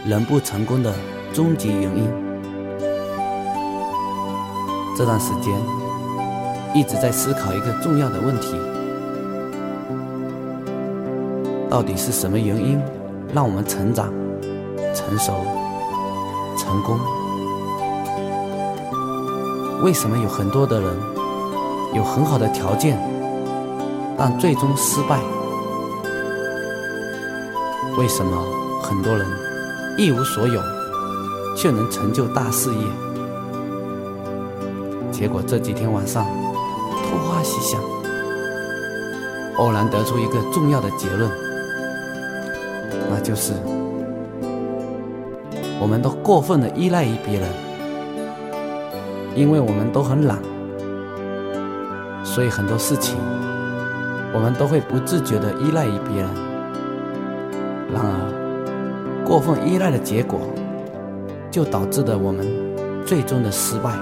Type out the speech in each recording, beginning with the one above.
人不成功的终极原因。这段时间一直在思考一个重要的问题，到底是什么原因让我们成长、成熟、成功？为什么有很多的人有很好的条件，但最终失败？为什么很多人一无所有，却能成就大事业？结果这几天晚上突发奇想，偶然得出一个重要的结论，那就是我们都过分的依赖于别人，因为我们都很懒，所以很多事情我们都会不自觉地依赖于别人。然而过分依赖的结果，就导致了我们最终的失败。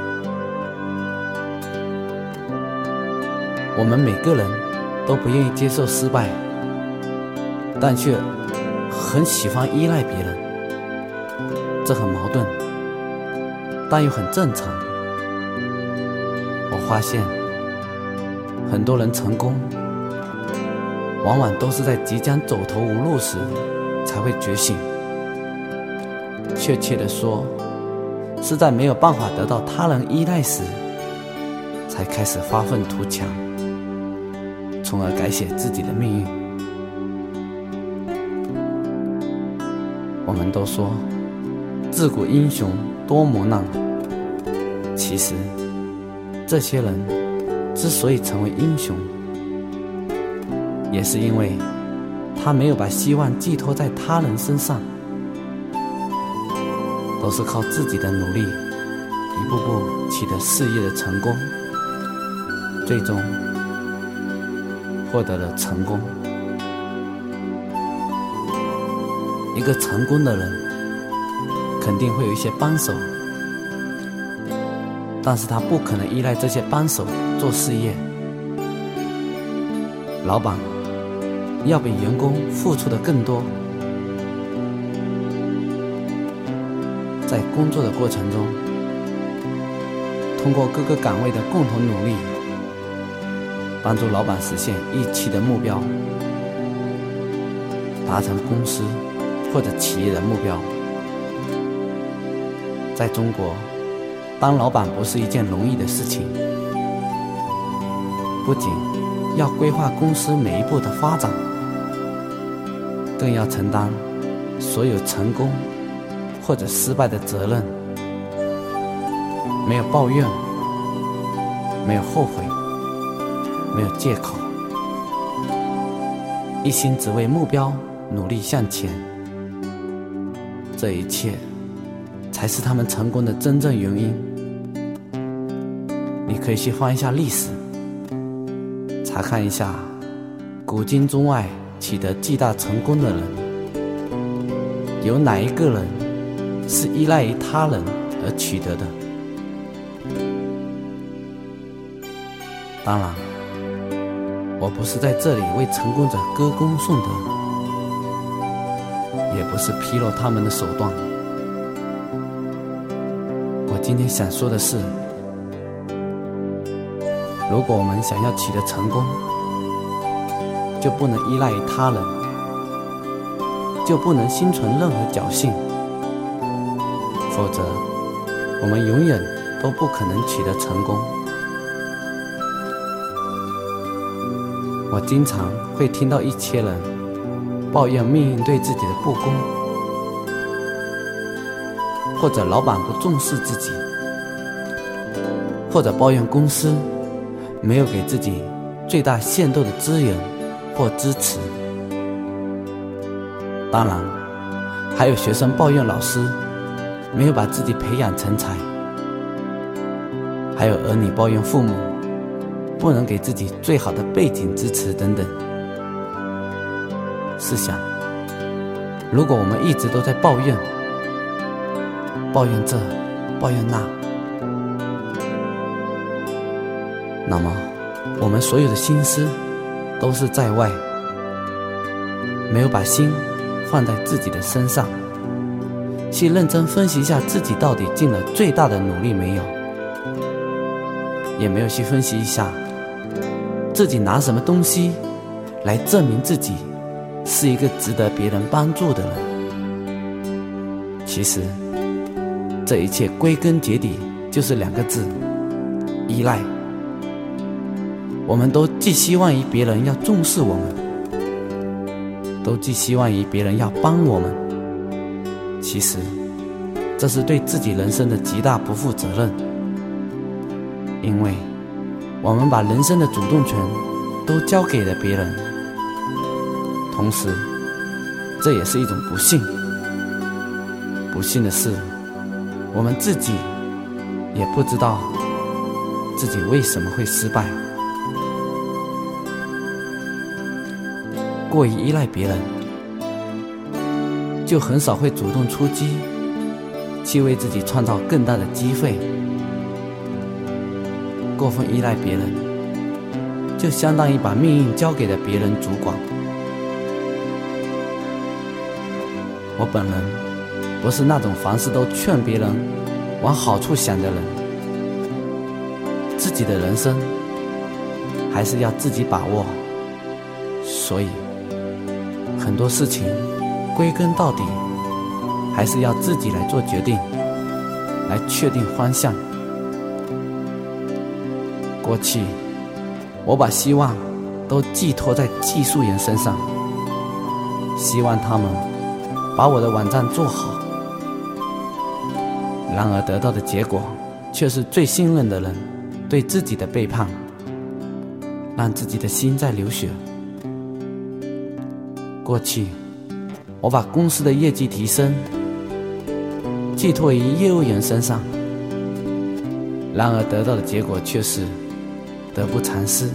我们每个人都不愿意接受失败，但却很喜欢依赖别人，这很矛盾，但又很正常。我发现很多人成功，往往都是在即将走投无路时才会觉醒。确切地说，是在没有办法得到他人依赖时，才开始发愤图强，从而改写自己的命运。我们都说自古英雄多磨难，其实这些人之所以成为英雄，也是因为他没有把希望寄托在他人身上，都是靠自己的努力一步步取得事业的成功，最终获得了成功。一个成功的人肯定会有一些帮手，但是他不可能依赖这些帮手做事业。老板要比员工付出的更多，在工作的过程中，通过各个岗位的共同努力，帮助老板实现预期的目标，达成公司或者企业的目标。在中国，当老板不是一件容易的事情，不仅要规划公司每一步的发展，更要承担所有成功或者失败的责任。没有抱怨，没有后悔，没有借口，一心只为目标努力向前，这一切才是他们成功的真正原因。你可以去翻一下历史，查看一下古今中外取得巨大成功的人，有哪一个人是依赖于他人而取得的？当然，我不是在这里为成功者歌功颂德，也不是披露他们的手段。我今天想说的是，如果我们想要取得成功，就不能依赖于他人，就不能心存任何侥幸，否则我们永远都不可能取得成功。我经常会听到一些人抱怨命运对自己的不公，或者老板不重视自己，或者抱怨公司没有给自己最大限度的资源或支持。当然，还有学生抱怨老师没有把自己培养成才，还有儿女抱怨父母不能给自己最好的背景支持等等。试想，如果我们一直都在抱怨这，抱怨那，那么我们所有的心思都是在外，没有把心放在自己的身上。 去认真分析一下自己到底尽了最大的努力没有，也没有去分析一下自己拿什么东西来证明自己是一个值得别人帮助的人。其实这一切归根结底就是2个字：依赖。我们都寄希望于别人要重视我们，都寄希望于别人要帮我们，其实这是对自己人生的极大不负责任，因为我们把人生的主动权都交给了别人，同时这也是一种不幸。不幸的是，我们自己也不知道自己为什么会失败。过于依赖别人，就很少会主动出击，去为自己创造更大的机会。过分依赖别人，就相当于把命运交给了别人主管。我本人不是那种凡事都劝别人往好处想的人，自己的人生还是要自己把握，所以很多事情归根到底还是要自己来做决定，来确定方向。过去我把希望都寄托在技术员身上，希望他们把我的网站做好，然而得到的结果却是最信任的人对自己的背叛，让自己的心在流血。过去我把公司的业绩提升寄托于业务员身上，然而得到的结果却是得不偿失。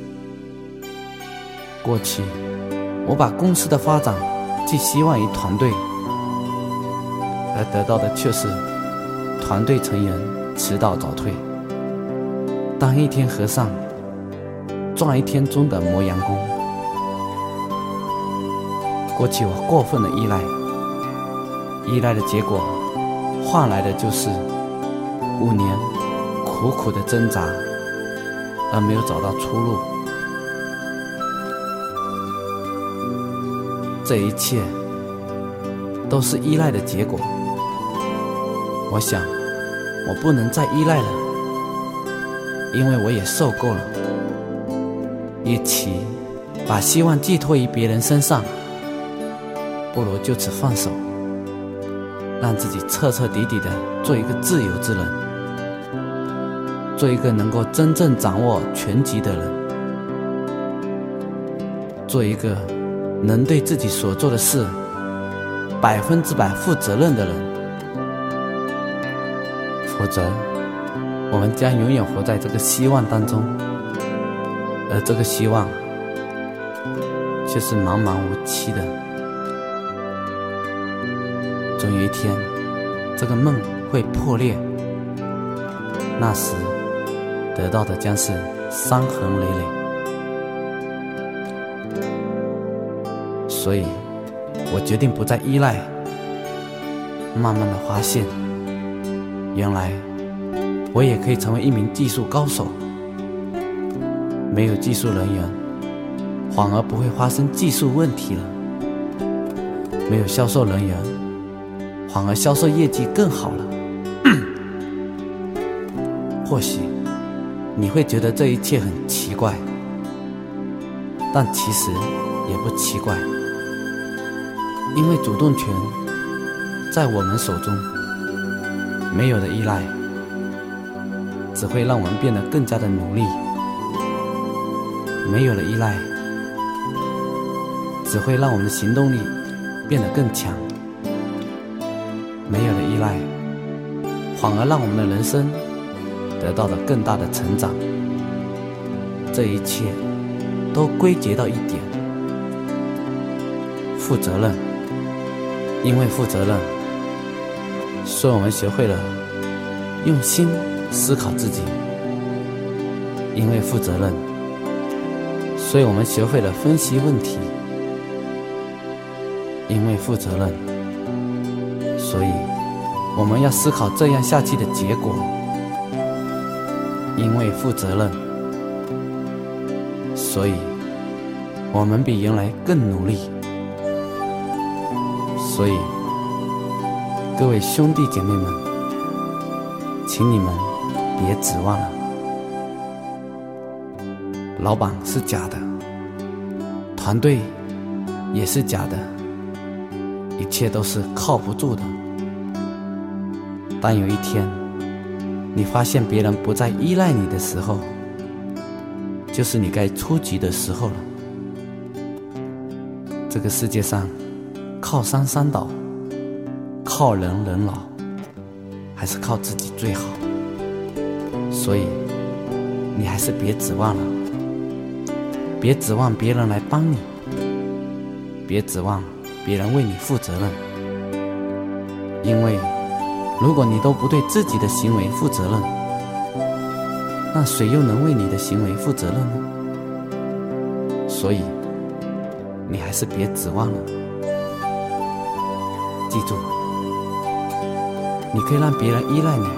过去我把公司的发展寄希望于团队，而得到的却是团队成员迟到早退，当一天和尚撞一天钟的磨洋工。过去我过分的依赖的结果换来的就是5年苦苦的挣扎，而没有找到出路。这一切都是依赖的结果。我想我不能再依赖了，因为我也受够了。与其把希望寄托于别人身上，不如就此放手，让自己彻彻底底的做一个自由之人，做一个能够真正掌握全局的人，做一个能对自己所做的事100%负责任的人。否则我们将永远活在这个希望当中，而这个希望却是茫茫无期的。总有一天这个梦会破裂，那时得到的将是伤痕累累。所以我决定不再依赖，慢慢的发现，原来我也可以成为一名技术高手。没有技术人员，反而不会发生技术问题了。没有销售人员，反而销售业绩更好了。或许你会觉得这一切很奇怪，但其实也不奇怪，因为主动权在我们手中。没有的依赖只会让我们变得更加的努力，没有了依赖只会让我们的行动力变得更强，没有了依赖反而让我们的人生得到了更大的成长。这一切都归结到一点：负责任。因为负责任，所以我们学会了用心思考自己；因为负责任，所以我们学会了分析问题；因为负责任，所以我们要思考这样下去的结果。因为负责任，所以我们比原来更努力。所以各位兄弟姐妹们，请你们别指望了。老板是假的，团队也是假的，一切都是靠不住的。但有一天你发现别人不再依赖你的时候，就是你该出局的时候了。这个世界上靠山山倒，靠人人老，还是靠自己最好。所以你还是别指望了，别指望别人来帮你，别指望别人为你负责任。因为如果你都不对自己的行为负责任，那谁又能为你的行为负责任呢？所以你还是别指望了。记住，你可以让别人依赖你，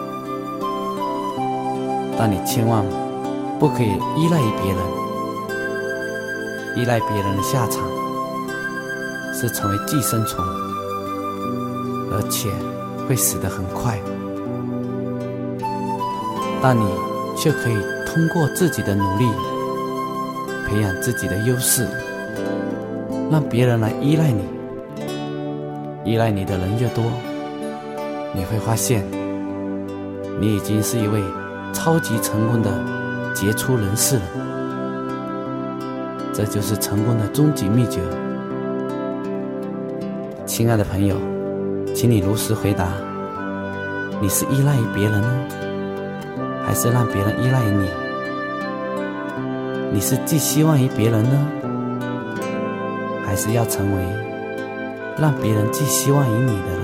但你千万不可以依赖于别人。依赖别人的下场是成为寄生虫，而且会死得很快。但你却可以通过自己的努力培养自己的优势，让别人来依赖你。依赖你的人越多，你会发现你已经是一位超级成功的杰出人士了。这就是成功的终极秘诀。亲爱的朋友，请你如实回答，你是依赖于别人呢，还是让别人依赖于你？你是寄希望于别人呢，还是要成为让别人寄希望于你的人？